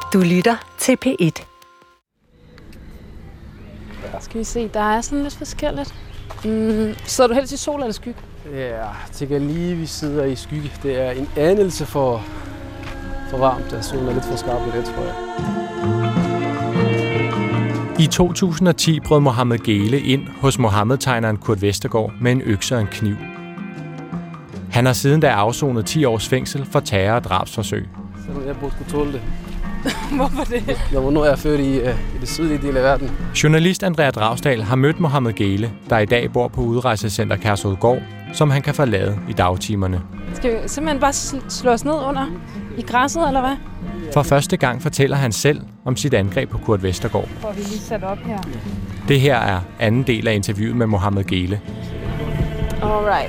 Du lytter til P1. Skal vi se, der er sådan lidt forskelligt. Sidder du helst i sol eller skygge? Ja, jeg tænker lige, vi sidder i skygge. Det er en anelse for varmt, da solen er lidt for skarp i det, tror jeg. I 2010 brød Mohammed Geele ind hos Mohammed-tegneren Kurt Vestergaard med en økse og en kniv. Han har siden da afsonet 10 års fængsel for terror- og drabsforsøg. Så jeg burde kunne tåle det. Hvorfor det? Nu er jeg født i det sydlige del af verden. Journalist Andrea Dragsdahl har mødt Mohammed Geele, der i dag bor på udrejsecenter Kærshovedgård, som han kan forlade i dagtimerne. Skal vi simpelthen bare slå os ned under i græsset, eller hvad? For første gang fortæller han selv om sit angreb på Kurt Vestergaard. Får vi lige sat op her. Det her er anden del af interviewet med Mohammed Geele. Alright.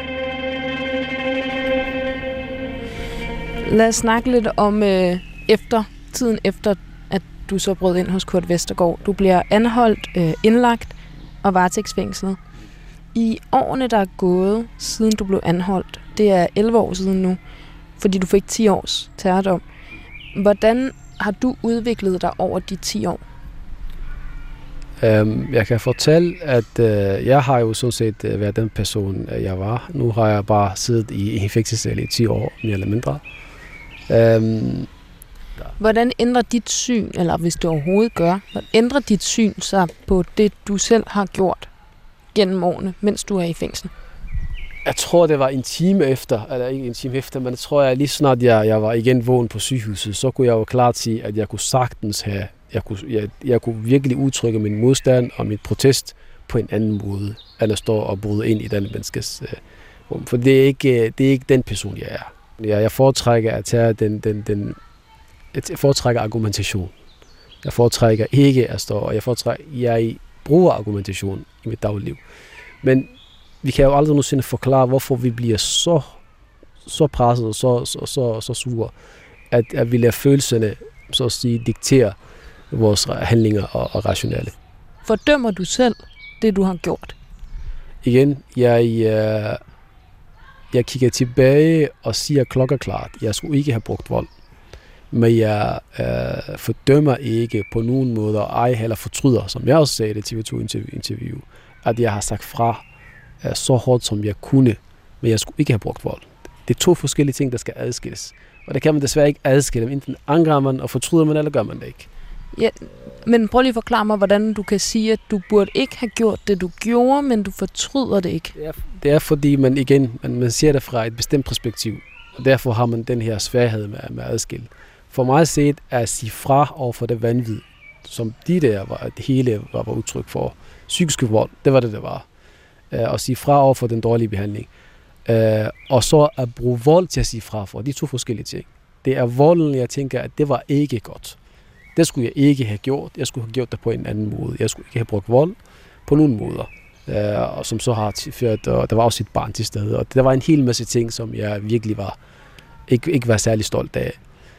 Lad os snakke lidt om tiden efter, at du så brød ind hos Kurt Vestergaard. Du bliver anholdt, indlagt og varetægtsfængslet. I årene, der er gået, siden du blev anholdt, det er 11 år siden nu, fordi du fik 10 års terrordom. Hvordan har du udviklet dig over de 10 år? Jeg kan fortælle, at jeg har jo sådan set været den person, jeg var. Nu har jeg bare siddet i en fængselscelle i 10 år, mere eller mindre. Hvordan ændrer dit syn, eller hvis det overhovedet gør, hvordan ændrer dit syn sig på det, du selv har gjort gennem årene, mens du er i fængsel? Jeg tror, det var en time efter, eller ikke en time efter, men jeg tror, at lige snart jeg var igen vågen på sygehuset, så kunne jeg jo klart sige, at jeg kunne sagtens have, jeg kunne virkelig udtrykke min modstand og mit protest på en anden måde, eller stå og bryde ind i den menneskes rum. For det er ikke den person, jeg er. Jeg foretrækker at tage jeg foretrækker argumentation. Jeg foretrækker ikke at stå, og jeg bruger argumentation i mit dagligliv. Men vi kan jo aldrig nogensinde forklare, hvorfor vi bliver så presset og så sure, at vi lader følelserne, så at sige, diktere vores handlinger og rationale. Fordømmer du selv det, du har gjort? Igen, jeg kigger tilbage og siger klokkeklart, at jeg skulle ikke have brugt vold. Men jeg fordømmer ikke på nogen måde, og ej heller fortryder, som jeg også sagde i det TV2-interview, at jeg har sagt fra så hårdt, som jeg kunne, men jeg skulle ikke have brugt vold. Det er 2 forskellige ting, der skal adskilles. Og det kan man desværre ikke adskille. Enten angrer man og fortryder man, eller gør man det ikke. Ja, men prøv lige at forklare mig, hvordan du kan sige, at du burde ikke have gjort det, du gjorde, men du fortryder det ikke. Det er fordi, man ser det fra et bestemt perspektiv, og derfor har man den her sværhed med at adskille. For mig set er at sige fra over for det vanvid, som det hele var udtryk for. Psykisk vold, det var det var. Og sige fra over for den dårlige behandling. Og så at bruge vold til at sige fra for. De er 2 forskellige ting. Det er volden, jeg tænker, at det var ikke godt. Det skulle jeg ikke have gjort. Jeg skulle have gjort det på en anden måde. Jeg skulle ikke have brugt vold på nogen måder. Og som så har ført, og der var også et barn til stede. Og der var en hel masse ting, som jeg virkelig ikke var særlig stolt af.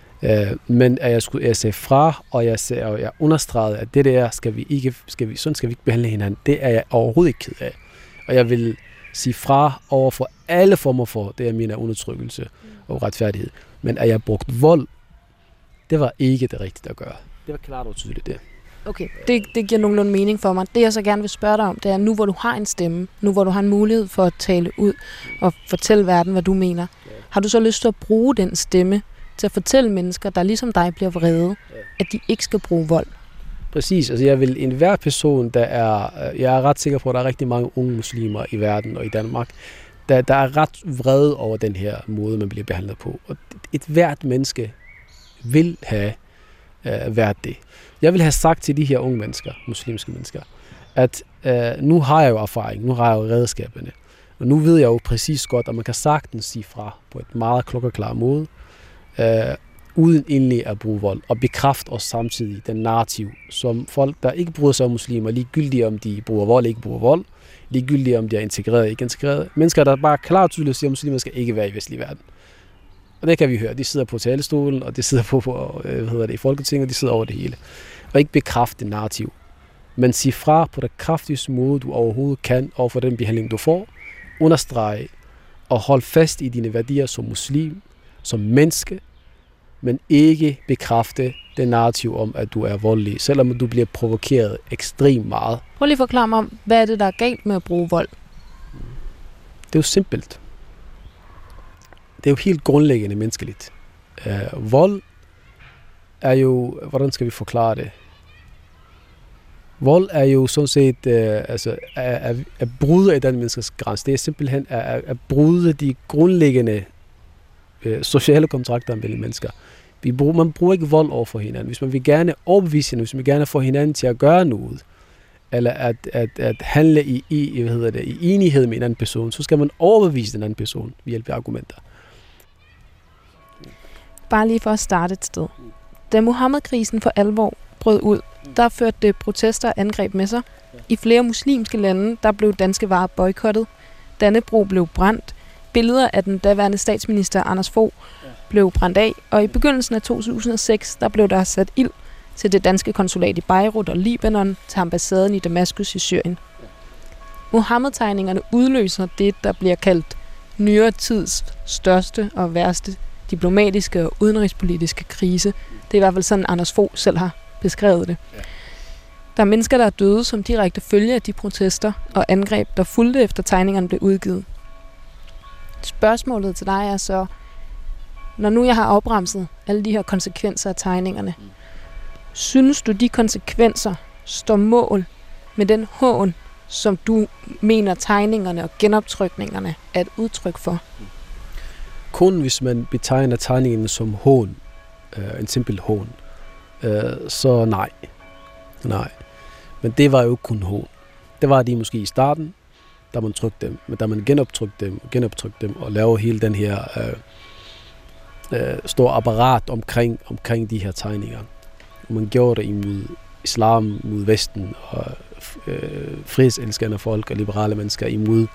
Men at jeg sagde fra, og jeg understregede, at det der sådan skal vi ikke behandle hinanden. Det er jeg overhovedet ikke ked af. Og jeg vil sige fra over for alle former for, det er min undertrykkelse og retfærdighed. Men at jeg brugt vold, det var ikke det rigtige at gøre. Det var klart og tydeligt det. Okay, det giver nogenlunde mening for mig. Det jeg så gerne vil spørge dig om, det er nu hvor du har en stemme, nu hvor du har en mulighed for at tale ud og fortælle verden, hvad du mener. Ja. Har du så lyst til at bruge den stemme til at fortælle mennesker, der ligesom dig bliver vrede, at de ikke skal bruge vold? Præcis, altså jeg vil enhver person, jeg er ret sikker på, at der er rigtig mange unge muslimer i verden og i Danmark, der er ret vrede over den her måde, man bliver behandlet på. Og et hvert menneske vil have været det. Jeg vil have sagt til de her unge mennesker, muslimske mennesker, at nu har jeg jo erfaring, nu har jeg jo redskaberne. Og nu ved jeg jo præcis godt, at man kan sagtens sige fra på et meget klokkeklar måde, uden egentlig at bruge vold, og bekræfte os samtidig den narrativ, som folk, der ikke bryder sig om muslimer, ligegyldigt om de bruger vold, ikke bruger vold, ligegyldigt om de er integreret, ikke integreret. Mennesker, der bare klart tydeligt siger, at muslimer skal ikke være i vestlig verden. Og det kan vi høre. De sidder på talerstolen, og de sidder på i Folketinget, og de sidder over det hele. Og ikke bekræfte narrativ, men sige fra på det kraftigste måde, du overhovedet kan, over for den behandling, du får. Understrege og holde fast i dine værdier som muslim, som menneske, men ikke bekræfte det narrativ om, at du er voldelig, selvom du bliver provokeret ekstremt meget. Prøv lige at forklare mig om, hvad er det, der er galt med at bruge vold? Det er jo simpelt. Det er jo helt grundlæggende menneskeligt. Vold er jo, hvordan skal vi forklare det? Vold er jo sådan set at bryde af den menneskers grænse. Det er simpelthen at bryde de grundlæggende sociale kontrakter mellem mennesker. Man bruger ikke vold over for hinanden. Hvis man vil gerne overbevise hinanden, hvis man gerne få hinanden til at gøre noget, eller at handle i enighed med en anden person, så skal man overbevise den anden person ved hjælp af argumenter. Bare lige for at starte et sted. Da Muhammed-krisen for alvor brød ud, der førte det protester og angreb med sig. I flere muslimske lande, der blev danske varer boykottet. Dannebrog blev brændt. Billeder af den daværende statsminister Anders Fogh blev brændt af. Og i begyndelsen af 2006, der blev der sat ild til det danske konsulat i Beirut og Libanon, til ambassaden i Damaskus i Syrien. Muhammed-tegningerne udløser det, der bliver kaldt nyere tids største og værste diplomatiske og udenrigspolitiske krise. Det er i hvert fald sådan, Anders Fogh selv har beskrevet det. Der er mennesker, der er døde som direkte følge af de protester og angreb, der fulgte efter tegningerne blev udgivet. Spørgsmålet til dig er så, når nu jeg har opremset alle de her konsekvenser af tegningerne, synes du, de konsekvenser står mål med den hån, som du mener tegningerne og genoptrykningerne er et udtryk for? Kun hvis man betegner tegningen som hån, en simpel hån, så nej. Men det var jo kun hån. Det var de måske i starten, da man trykte dem, men da man genoptrykte dem og lavede hele den her store apparat omkring de her tegninger. Og man gjorde det imod islam, mod Vesten og frihedselskende folk og liberale mennesker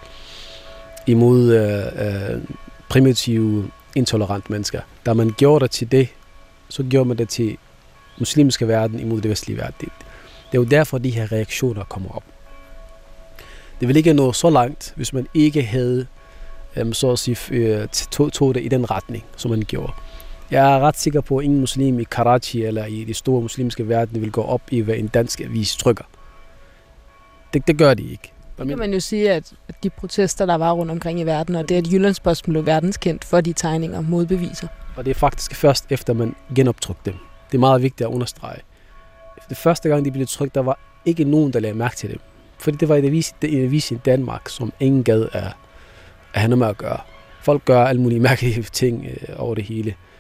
imod primitive, intolerante mennesker. Da man gjorde det til det, så gjorde man det til muslimske verden imod det vestlige verden. Det er jo derfor, de her reaktioner kommer op. Det ville ikke nå så langt, hvis man ikke havde så at sige, tog det i den retning, som man gjorde. Jeg er ret sikker på, at ingen muslim i Karachi eller i de store muslimske verden vil gå op i, hvad en dansk avis trykker. Det gør de ikke. Det kan man jo sige, at de protester, der var rundt omkring i verden, og det, at Jyllandsposten blev verdenskendt for de tegninger, modbeviser. Og det er faktisk først efter, man genoptrykte dem. Det er meget vigtigt at understrege. Det første gang, de blev trykt, der var ikke nogen, der lagde mærke til dem. Fordi det var en avis i Danmark, som ingen gad at have noget med at gøre. Folk gør alle mulige mærkelige ting over det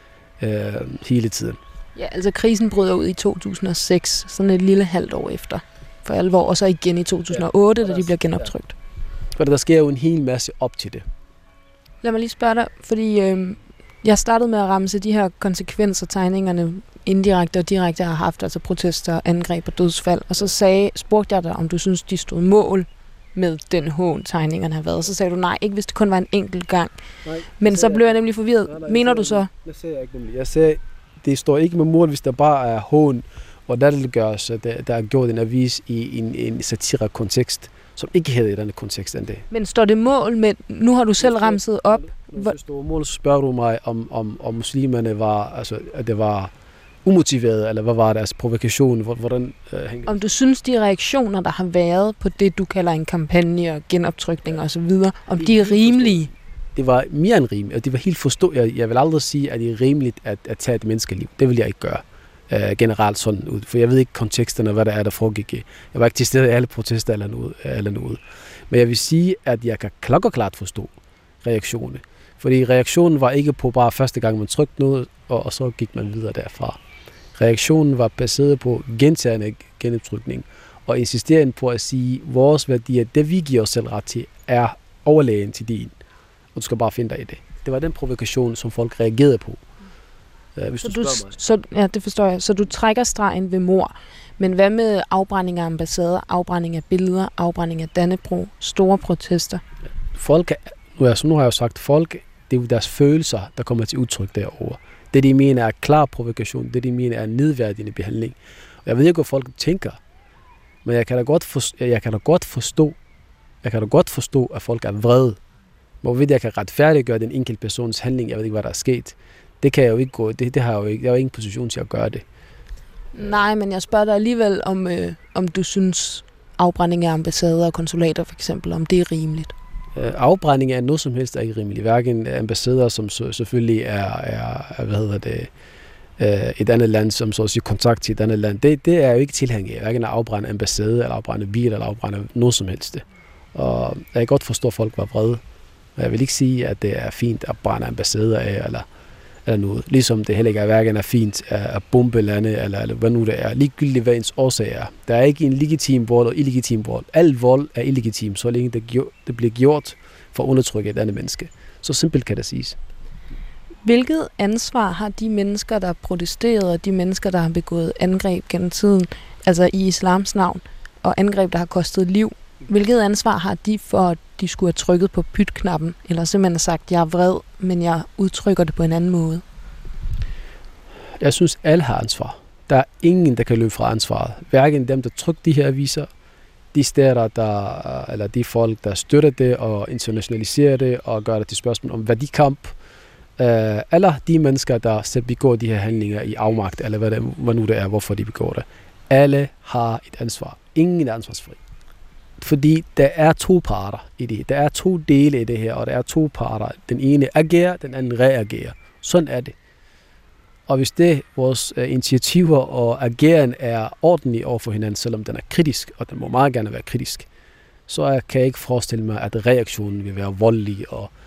hele tiden. Ja, altså krisen bryder ud i 2006, sådan et lille halvt år efter for alvor, og så igen i 2008, da de bliver genoptrykt. For der sker jo en hel masse op til det. Lad mig lige spørge dig, fordi jeg startede med at ramse de her konsekvenser, tegningerne indirekte og direkte har haft, altså protester, angreb og dødsfald, og så spurgte jeg dig, om du synes, de stod mål med den hån, tegningerne har været. Så sagde du nej, ikke hvis det kun var en enkelt gang. Nej, men så blev jeg nemlig forvirret. Nej, mener du så? Det sagde jeg ikke nemlig. Jeg sagde, det står ikke med mål, hvis der bare er hån, og der det gøres, der er gjort en avis i en satire-kontekst, som ikke hedder i denne kontekst end det. Men står det mål med, nu har du selv ramset op? Hvis det står mål, så spørger du mig, om muslimerne var, altså, at det var umotiveret, eller hvad var deres provokation? Hvordan hænger om du synes, de reaktioner, der har været på det, du kalder en kampagne og genoptrykning og så videre, om de er rimelige? Det var mere end rimeligt, og det var helt forståeligt. Jeg vil aldrig sige, at det er rimeligt at tage et menneskeliv. Det vil jeg ikke gøre generelt sådan ud, for jeg ved ikke konteksterne, hvad der er, der foregik. Jeg var ikke til stede i alle protester eller noget. Men jeg vil sige, at jeg kan klokkeklart forstå reaktionerne. Fordi reaktionen var ikke på bare første gang, man trykte noget, og så gik man videre derfra. Reaktionen var baseret på gentagende genoptrykning, og insisteren på at sige, at vores værdier, det vi giver os selv ret til, er overlegen til din. Og du skal bare finde dig i det. Det var den provokation, som folk reagerede på. Hvis du spørger mig. Ja, det forstår jeg. Så du trækker stregen ved mord. Men hvad med afbrænding af ambassader, afbrænding af billeder, afbrænding af Dannebrog, store protester? Folk, nu har jeg jo sagt, folk, det er jo deres følelser, der kommer til udtryk derovre. Det, de mener, er klar provokation. Det, de mener, er nedværdigende behandling. Og jeg ved ikke, hvad folk tænker. Men jeg kan da godt forstå, at folk er vrede. Hvorvidt jeg kan retfærdiggøre den enkelte persons handling, jeg ved ikke, hvad der er sket. Det kan jeg jo ikke gå. Det har jeg jo ikke. Jeg er jo ingen position til at gøre det. Nej, men jeg spørger dig alligevel, om du synes, afbrænding af ambassader og konsulater for eksempel, om det er rimeligt. Afbrænding af noget som helst er ikke rimeligt. Hverken ambassader, som selvfølgelig er et andet land, som så at sige kontakt til et andet land, det er jo ikke tilhængig af. Hverken at afbrænde ambassade, eller afbrænde bil, eller afbrænde noget som helst. Og jeg kan godt forstå, at folk var vrede. Og jeg vil ikke sige, at det er fint at brænde ambassader af, eller noget. Ligesom det heller ikke er hverken er fint at bombe lande, eller hvad nu det er. Ligegyldigt hvad ens årsag er. Der er ikke en legitim vold og illegitim vold. Al vold er illegitim, så længe det bliver gjort for at undertrykke et andet menneske. Så simpelt kan det siges. Hvilket ansvar har de mennesker, der har protesteret, og de mennesker, der har begået angreb gennem tiden, altså i islams navn, og angreb, der har kostet liv? Hvilket ansvar har de for, at de skulle have trykket på pytknappen, eller simpelthen sagt, jeg er vred, men jeg udtrykker det på en anden måde? Jeg synes, alle har ansvar. Der er ingen, der kan løbe fra ansvaret. Hverken dem, der trykker de her aviser, de steder, eller de folk, der støtter det og internationaliserer det og gør det til spørgsmål om værdikamp, eller de mennesker, der selv begår de her handlinger i afmagt, eller hvad nu det er, hvorfor de begår det. Alle har et ansvar. Ingen er ansvarsfri. Fordi der er to parter i det. Der er to dele i det her, og der er to parter. Den ene agerer, den anden reagerer. Sådan er det. Og hvis det vores initiativer og ageren er ordentlige over for hinanden, selvom den er kritisk, og den må meget gerne være kritisk, så kan jeg ikke forestille mig, at reaktionen vil være voldelig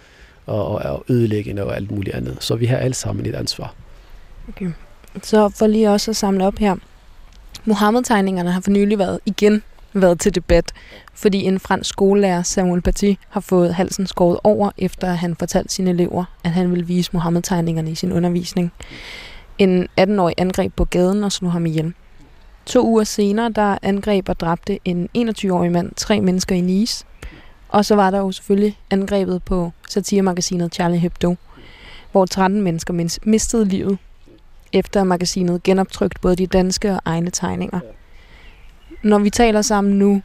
og ødelæggende og alt muligt andet. Så vi har alle sammen et ansvar. Okay. Så for lige også at samle op her. Mohammed-tegningerne har for nylig været til debat, fordi en fransk skolelærer, Samuel Paty, har fået halsen skåret over, efter at han fortalte sine elever, at han ville vise Mohammed-tegningerne i sin undervisning. En 18-årig angreb på gaden og slog ham ihjel. 2 uger senere, der angreb og dræbte en 21-årig mand 3 mennesker i Nice. Og så var der jo selvfølgelig angrebet på satiremagasinet Charlie Hebdo, hvor 13 mennesker mistede livet, efter magasinet genoptrykte både de danske og egne tegninger. Når vi taler sammen nu,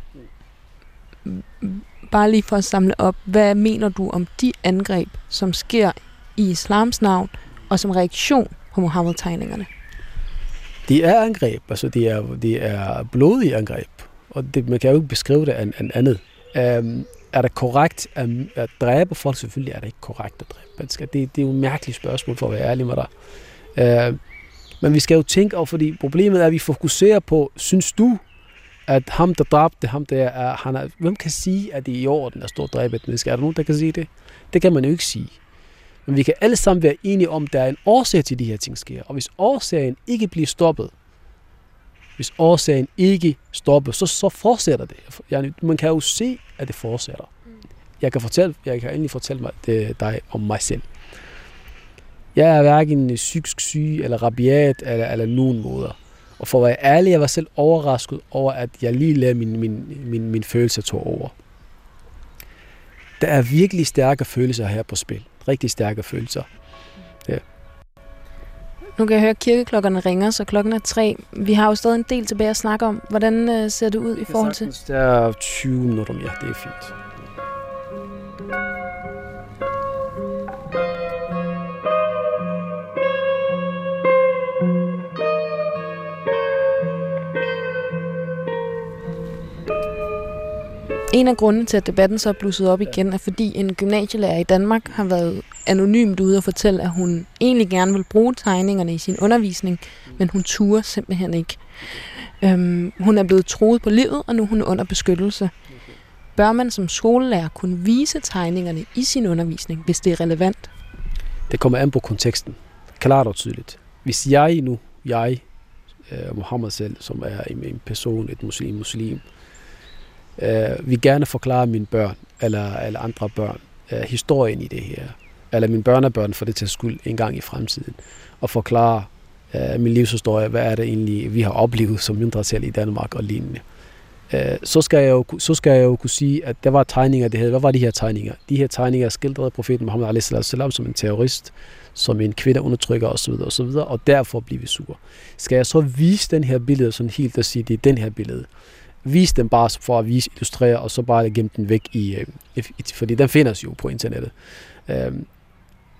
bare lige for at samle op, hvad mener du om de angreb, som sker i islams navn, og som reaktion på Mohammed-tegningerne? De er angreb, altså de er blodige angreb, og man kan jo ikke beskrive det en andet. Er det korrekt at dræbe folk? Selvfølgelig er det ikke korrekt at dræbe mennesker. Det er jo et mærkeligt spørgsmål, for at være ærlig med dig. Men vi skal jo tænke over, fordi problemet er, at vi fokuserer på, synes du, at ham, der dræbte ham, hvem kan sige, at det er i orden at stå og dræbe et menneske? Er der nogen, der kan sige det? Det kan man jo ikke sige. Men vi kan alle sammen være enige om, at der er en årsag til, de her ting sker. Og hvis årsagen ikke bliver stoppet, så fortsætter det. Man kan jo se, at det fortsætter. Jeg kan endelig fortælle dig om mig selv. Jeg er hverken psykisk syg, eller rabiat, eller nogen måder. Og for at være ærlig, jeg var selv overrasket over, at jeg lige lader min følelse tog over. Der er virkelig stærke følelser her på spil. Rigtig stærke følelser. Ja. Nu kan jeg høre, at kirkeklokkerne ringer, så klokken er 3. Vi har jo stadig en del tilbage at snakke om. Hvordan ser det ud i forhold til? Der er 20 minutter mere. Det er fint. En af grundene til, at debatten så er blusset op igen, er fordi en gymnasielærer i Danmark har været anonymt ude og fortælle, at hun egentlig gerne vil bruge tegningerne i sin undervisning, men hun turde simpelthen ikke. Hun er blevet truet på livet, og nu er hun under beskyttelse. Bør man som skolelærer kunne vise tegningerne i sin undervisning, hvis det er relevant? Det kommer an på konteksten. Klart og tydeligt. Hvis jeg Mohammed selv, som er en person, et muslim, vil gerne forklare mine børn, eller andre børn, historien i det her, eller mine børnebørn for det til skyld en gang i fremtiden, og forklare min livshistorie, hvad er det egentlig, vi har oplevet som mindretal i Danmark og lignende. Så skal jeg jo kunne sige, at der var tegninger, hvad var de her tegninger? De her tegninger skildrede profeten Muhammed a.s. som en terrorist, som en kvindeundertrykker osv., og derfor bliver vi sure. Skal jeg så vise den her billede sådan helt og sige, det er den her billede? Vis den bare for at illustrere, og så bare gemme den væk fordi den findes jo på internettet.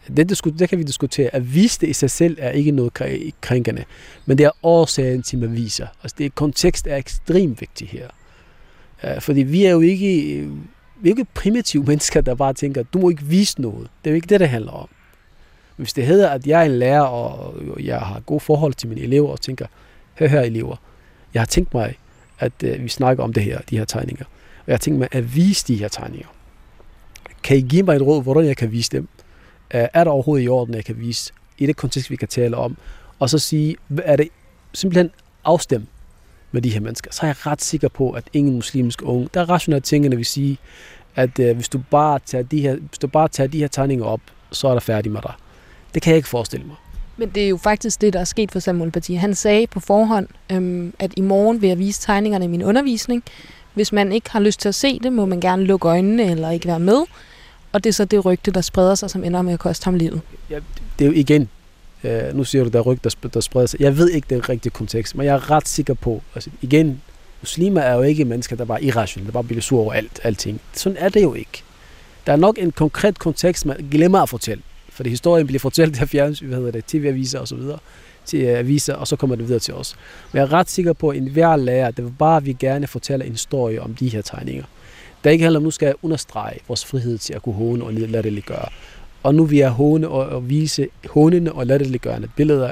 Det kan vi diskutere. At vise det i sig selv er ikke noget krænkende, men det er årsagen til, at man viser. Altså kontekst er ekstremt vigtig her. Fordi vi er jo ikke primitive mennesker, der bare tænker, du må ikke vise noget. Det er jo ikke det handler om. Hvis det hedder, at jeg er en lærer, og jeg har gode forhold til mine elever, og tænker, hør elever, jeg har tænkt mig, at vi snakker om det her, de her tegninger. Og jeg har tænkt mig at vise de her tegninger. Kan I give mig et råd, hvordan jeg kan vise dem? Er der overhovedet i orden, jeg kan vise i det kontekst, vi kan tale om? Og så sige, er det simpelthen afstemt med de her mennesker? Så er jeg ret sikker på, at ingen muslimsk unge, der er rationelle tingene vil sige, at hvis du bare tager de her tegninger op, så er der færdig med dig. Det kan jeg ikke forestille mig. Men det er jo faktisk det, der er sket for Samuel Paty. Han sagde på forhånd, at i morgen vil jeg vise tegningerne i min undervisning. Hvis man ikke har lyst til at se det, må man gerne lukke øjnene eller ikke være med. Og det er så det rygte, der spreder sig, som ender med at koste ham livet. Ja, det er jo igen, nu siger du, der er rygte, der spreder sig. Jeg ved ikke den rigtige kontekst, men jeg er ret sikker på, altså igen, muslimer er jo ikke mennesker, der bare er irrationelle, der bare bliver sur over alting. Sådan er det jo ikke. Der er nok en konkret kontekst, man glemmer at fortælle. Fordi historien bliver fortalt af tv-aviser og så videre, til aviser, og så kommer det videre til os. Men jeg er ret sikker på, at enhver lærer, det vil bare vi gerne fortælle en historie om de her tegninger. Der ikke handler om, nu skal jeg understrege vores frihed til at kunne håne og latterliggøre. Og nu vil jeg håne og vise hånende og latterliggørende billeder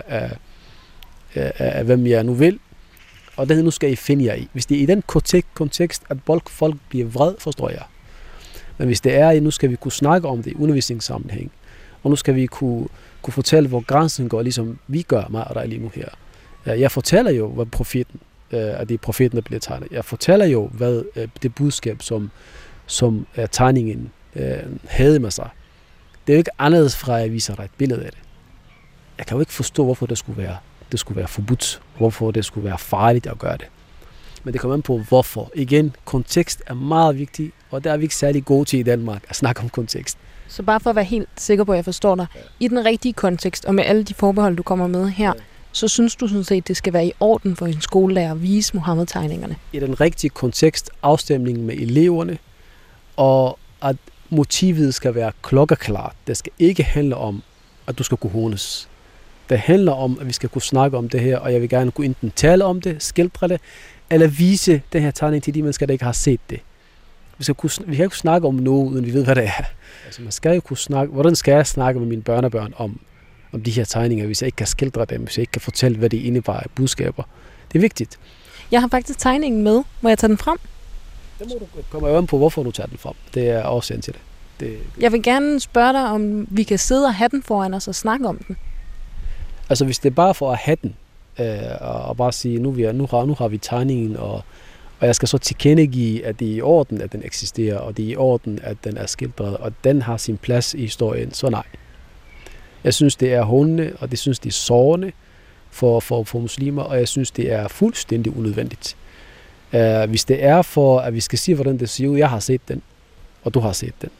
af hvem jeg nu vil. Og det nu skal I finde jer i. Hvis det er i den kontekst, at folk bliver vred, forstår jeg. Men hvis det er, nu skal vi kunne snakke om det i undervisningssammenhæng. Og nu skal vi kunne fortælle, hvor grænsen går, ligesom vi gør mig og dig lige nu her. Jeg fortæller jo, hvad profeten, at det er profeten, der bliver tegnet. Jeg fortæller jo, hvad det budskab, som tegningen havde med sig. Det er jo ikke anderledes fra, at jeg viser dig et billede af det. Jeg kan jo ikke forstå, hvorfor det skulle være forbudt. Hvorfor det skulle være farligt at gøre det. Men det kommer an på, hvorfor. Igen, kontekst er meget vigtig, og der er vi ikke særlig gode til i Danmark at snakke om kontekst. Så bare for at være helt sikker på, at jeg forstår dig. I den rigtige kontekst, og med alle de forbehold, du kommer med her, så synes du sådan set, at det skal være i orden for en skolelærer at vise Muhammed-tegningerne? I den rigtige kontekst, afstemningen med eleverne, og at motivet skal være klokkeklart. Det skal ikke handle om, at du skal kunne hånes. Det handler om, at vi skal kunne snakke om det her, og jeg vil gerne kunne enten tale om det, skildre det, eller vise den her tegning til de mennesker, der ikke har set det. Vi kan ikke kunne snakke om noget, uden vi ved, hvad det er. Altså, man skal jo kunne snakke, hvordan skal jeg snakke med mine børnebørn om de her tegninger, hvis jeg ikke kan skildre dem, hvis jeg ikke kan fortælle, hvad det indebar af budskaber. Det er vigtigt. Jeg har faktisk tegningen med. Må jeg tage den frem? Det må du komme øje på, hvorfor du tager den frem. Det er årsagen til det. Jeg vil gerne spørge dig, om vi kan sidde og have den foran os og snakke om den. Altså, hvis det er bare for at have den, og bare sige, nu har vi tegningen, og jeg skal så tilkendegive, at det er i orden, at den eksisterer, og det er i orden, at den er skildret, og den har sin plads i historien, så nej. Jeg synes, det er hånende, og det synes, det er sårende for muslimer, og jeg synes, det er fuldstændig unødvendigt. Hvis det er for, at vi skal sige, hvordan det ser ud, jeg har set den, og du har set den.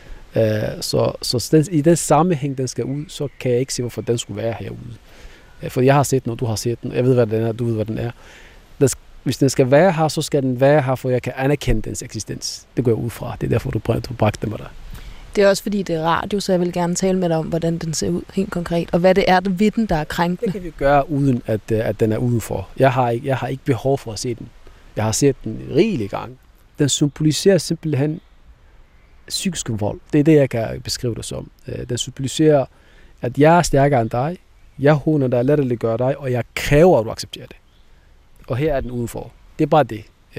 Så i den sammenhæng, den skal ud, så kan jeg ikke se, hvorfor den skulle være herude. For jeg har set den, og du har set den, jeg ved, hvad den er, du ved, hvad den er. Hvis den skal være her, så skal den være her, for jeg kan anerkende dens eksistens. Det går jeg ud fra. Det er derfor, du bragte det med dig. Det er også fordi, det er radio, så jeg vil gerne tale med dig om, hvordan den ser ud helt konkret, og hvad det er ved den, der er krænkende. Det kan vi gøre, uden at den er udenfor. Jeg har ikke behov for at se den. Jeg har set den rigelige gang. Den symboliserer simpelthen psykisk vold. Det er det, jeg kan beskrive det som. Den symboliserer, at jeg er stærkere end dig, jeg håner dig, latterliggør dig, og jeg kræver, at du accepterer det. Og her er den udenfor. Det er bare det.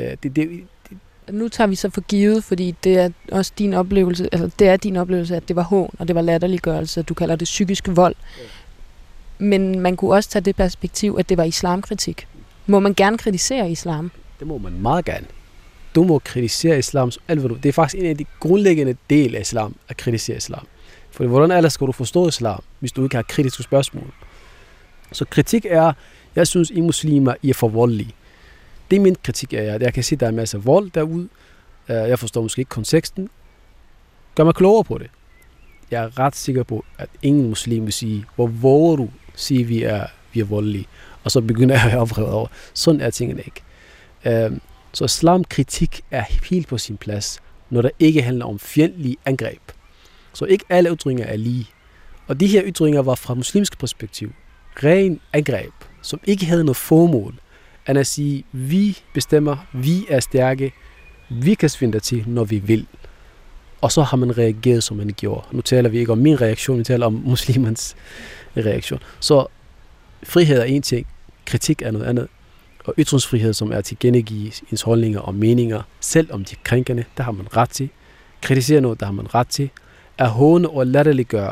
Nu tager vi så for givet, fordi det er også din oplevelse, altså det er din oplevelse, at det var hån, og det var latterliggørelse, du kalder det psykisk vold. Ja. Men man kunne også tage det perspektiv, at det var islamkritik. Må man gerne kritisere islam? Det må man meget gerne. Du må kritisere islam. Det er faktisk en af de grundlæggende dele af islam, at kritisere islam. For hvordan ellers skal du forstå islam, hvis du ikke har kritiske spørgsmål? Så kritik er, jeg synes, I muslimer, I er for voldelige. Det er min kritik af jer. Jeg kan sige, at der er en masse vold derude. Jeg forstår måske ikke konteksten. Gør mig klogere på det. Jeg er ret sikker på, at ingen muslim vil sige, hvor våger du sige, vi er voldelige. Og så begynder jeg at være oprevet over. Sådan er tingene ikke. Så islamkritik er helt på sin plads, når der ikke handler om fjendtlige angreb. Så ikke alle ytringer er lige. Og de her ytringer var fra muslimsk perspektiv ren angreb, som ikke havde noget formål, end at sige, vi bestemmer, vi er stærke, vi kan svinde til, når vi vil. Og så har man reageret, som man gjorde. Nu taler vi ikke om min reaktion, vi taler om muslimens reaktion. Så frihed er en ting, kritik er noget andet. Og ytringsfrihed, som er til gengive ens holdninger og meninger, selv om de er krænkende, der har man ret til. Kritisere noget, der har man ret til. At håne og latterliggøre,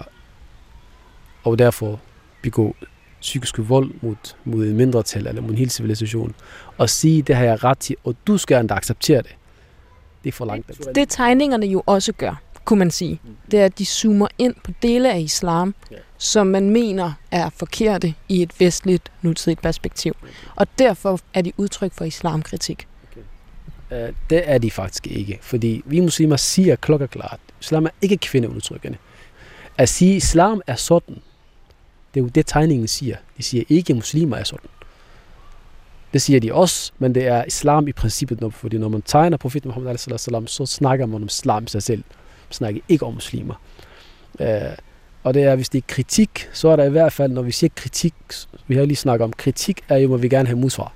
og derfor begå psykisk vold mod en mindretal eller mod en hel civilisation, og sige, det har jeg ret til, og du skal endda acceptere det. Det er for langt. Det tegningerne jo også gør, kunne man sige, det er, at de zoomer ind på dele af islam, som man mener er forkerte i et vestligt nutidigt perspektiv. Og derfor er de udtryk for islamkritik. Det er de faktisk ikke, fordi vi muslimer siger klokkeklart, islam er ikke kvindeudtrykkende. At sige, at islam er sådan, det er jo det, tegningen siger. De siger ikke, at muslimer er sådan. Det siger de også, men det er islam i princippet, fordi når man tegner profeten Muhammed a.s., så snakker man om islam sig selv. Man snakker ikke om muslimer. Og det er, hvis det er kritik, så er der i hvert fald, når vi siger kritik, vi har lige snakket om, kritik er jo, hvor vi gerne have modsvar.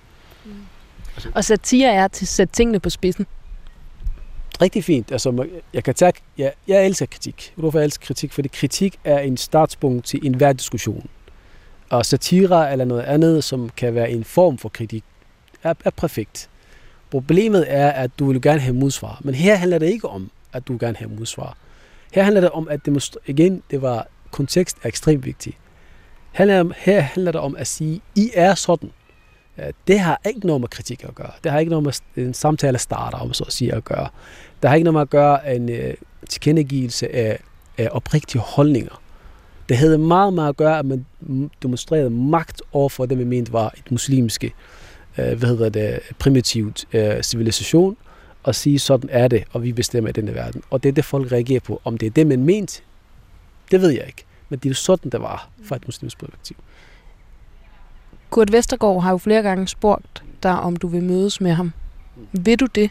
Og satire er til at sætte tingene på spidsen. Rigtig fint. Altså, jeg elsker kritik. Hvorfor jeg elsker kritik? Fordi kritik er en startspunkt til enhver diskussion. Og satire eller noget andet, som kan være en form for kritik, er perfekt. Problemet er, at du vil gerne have modsvar. Men her handler det ikke om, at du gerne have modsvar. Her handler det om, at kontekst er ekstremt vigtig. Her handler det om at sige, I er sådan. Det har ikke noget med kritik at gøre. Det har ikke noget med en samtale starter, om så at sige, at gøre. Der har ikke noget med at gøre en tilkendegivelse af oprigtige holdninger. Det havde meget med at gøre, at man demonstrerede magt overfor det, man mente var et muslimske, primitivt civilisation, og sige, sådan er det, og vi bestemmer i denne verden. Og det er det, folk reagerer på. Om det er det, man mente, det ved jeg ikke. Men det er jo sådan, det var fra et muslimsk perspektiv. Kurt Vestergaard har jo flere gange spurgt dig, om du vil mødes med ham. Vil du det?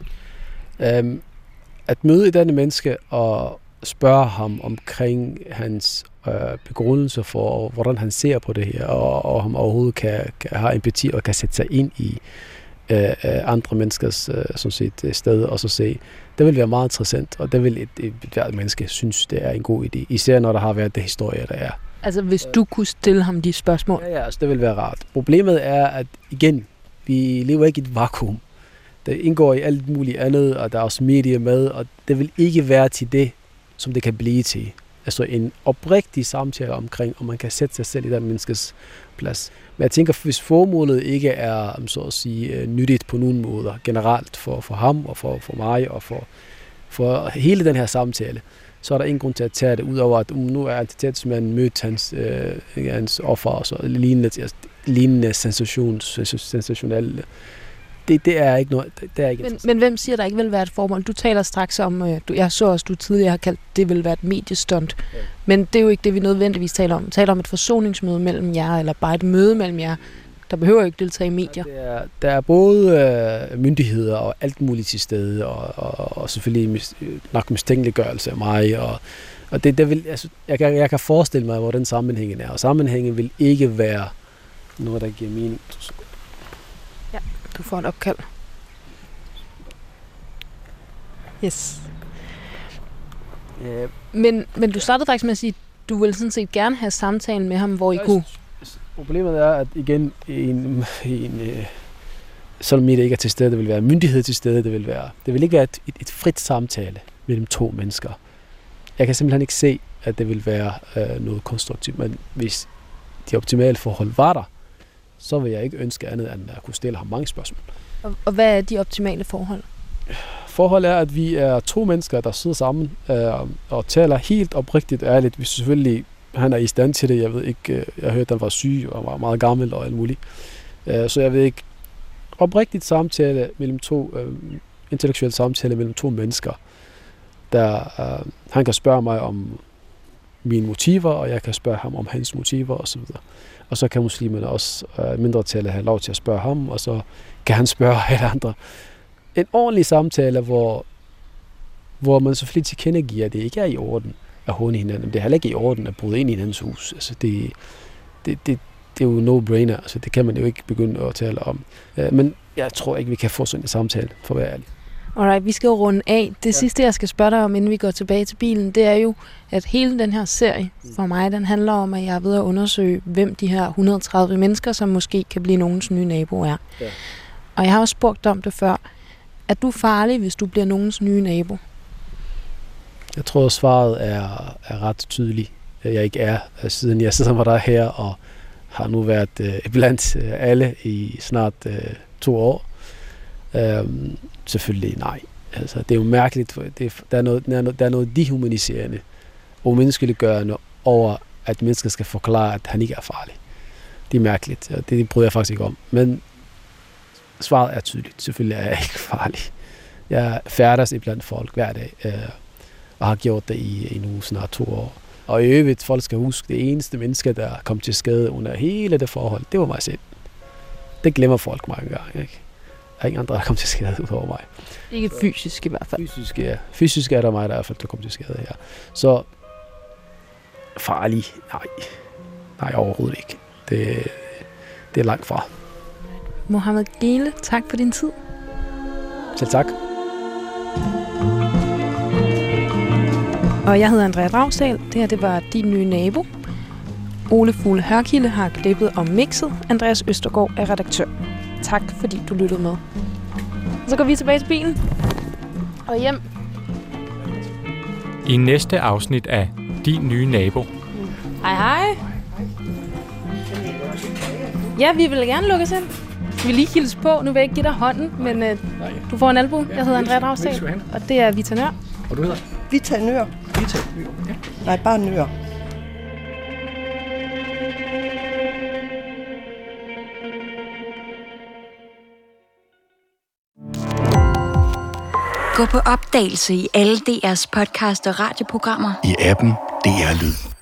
At møde denne menneske og spørge ham omkring hans begrundelse for, hvordan han ser på det her, og om overhovedet kan have empati og kan sætte sig ind i andre menneskers sted og så se. Det vil være meget interessant, og det vil et hvert menneske synes, det er en god idé. Især når der har været det historie, der er. Altså hvis du kunne stille ham de spørgsmål? Ja, altså, det vil være rart. Problemet er, at igen, vi lever ikke i et vakuum. Det indgår i alt muligt andet, og der er også medie med, og det vil ikke være til det, som det kan blive til. Altså en oprigtig samtale omkring, om man kan sætte sig selv i den menneskes plads. Men jeg tænker, hvis formålet ikke er, så at sige, nyttigt på nogen måder, generelt for ham og for mig og for hele den her samtale, så er der ingen grund til at tage det, udover at nu er entitetsmanden mødt hans offer og så lignende sensationelle. Det er ikke noget. Det er ikke men hvem siger, der ikke vil være et formål? Du taler straks om, jeg så også, du tidligere har kaldt, det vil være et mediestunt. Ja. Men det er jo ikke det, vi nødvendigvis taler om. Vi taler om et forsoningsmøde mellem jer, eller bare et møde mellem jer. Der behøver jo ikke deltage i medier. Ja, der er både myndigheder og alt muligt til stede, og selvfølgelig nok mistænkeliggørelse af mig. Og det vil, altså, jeg kan forestille mig, hvor den sammenhængen er. Og sammenhængen vil ikke være noget, der giver mening. Ja, du får et opkald. Yes. Men du startede faktisk med at sige, at du ville sådan set gerne have samtalen med ham, hvor I kunne... Problemet er, at igen, selvom det ikke er til stede, det vil være myndighed til stede, det vil ikke være et frit samtale mellem to mennesker. Jeg kan simpelthen ikke se, at det vil være noget konstruktivt, men hvis de optimale forhold var der, så vil jeg ikke ønske andet, end at kunne stille ham mange spørgsmål. Og hvad er de optimale forhold? Forholdet er, at vi er to mennesker, der sidder sammen og taler helt oprigtigt ærligt. Hvis selvfølgelig han er i stand til det. Jeg ved ikke, jeg hørte, at han var syg og var meget gammel og alt muligt. Så jeg ved ikke, oprigtigt samtale mellem intellektuel samtale mellem to mennesker, der han kan spørge mig om mine motiver, og jeg kan spørge ham om hans motiver osv. Og så kan muslimerne også mindretallet have lov til at spørge ham, og så kan han spørge alle andre. En ordentlig samtale, hvor man selvfølgelig tilkendegiver, at det ikke er i orden. håne hinanden. Det er heller ikke i orden at bryde ind i hinandens hus. Altså det er jo no-brainer. Altså det kan man jo ikke begynde at tale om. Men jeg tror ikke, vi kan få sådan en samtale, for at være ærlig. Alright, vi skal jo runde af. Det sidste, jeg skal spørge dig om, inden vi går tilbage til bilen, det er jo, at hele den her serie for mig, den handler om, at jeg er ved at undersøge, hvem de her 130 mennesker, som måske kan blive nogens nye nabo er. Ja. Og jeg har også spurgt om det før. Er du farlig, hvis du bliver nogens nye nabo? Jeg tror, svaret er ret tydeligt. Jeg ikke er, siden jeg sidder med dig her, og har nu været blandt alle i snart 2 år. Selvfølgelig nej. Altså, det er jo mærkeligt. Der er noget dehumaniserende og umenneskeliggørende over, at mennesker skal forklare, at han ikke er farlig. Det er mærkeligt, og det bryder jeg faktisk ikke om. Men svaret er tydeligt. Selvfølgelig er jeg ikke farlig. Jeg færdes iblandt folk hver dag, og har gjort det i nu snart 2 år. Og i øvrigt, folk skal huske, det eneste menneske, der kom til skade under hele det forhold, det var mig selv. Det glemmer folk mange gange, ikke? Der er ingen andre, der kom til skade ud over mig. Ikke fysisk i hvert fald. Fysisk, ja. Fysisk er der mig, der i hvert fald, der kom til skade her. Så farlig? Nej, overhovedet ikke. Det er langt fra. Mohammed Gehle, tak for din tid. Selv tak. Og jeg hedder Andrea Dragsdal. Det her, det var Din Nye Nabo. Ole Fugle Hørkilde har klippet og mixet. Andreas Østergaard er redaktør. Tak, fordi du lyttede med. Så går vi tilbage til bilen og hjem. I næste afsnit af Din Nye Nabo. Hej. Ja, vi vil gerne lukkes ind. Vi vil lige hilse på. Nu vil jeg ikke give dig hånden, men du får en albu. Jeg hedder Andrea Dragsdal, og det er Vita Nør. Og du hedder? Vita Nør. Vita Nør, ja. Nej, bare Nør. Gå på opdagelse i alle DR's podcast og radioprogrammer. I appen DR Lyd.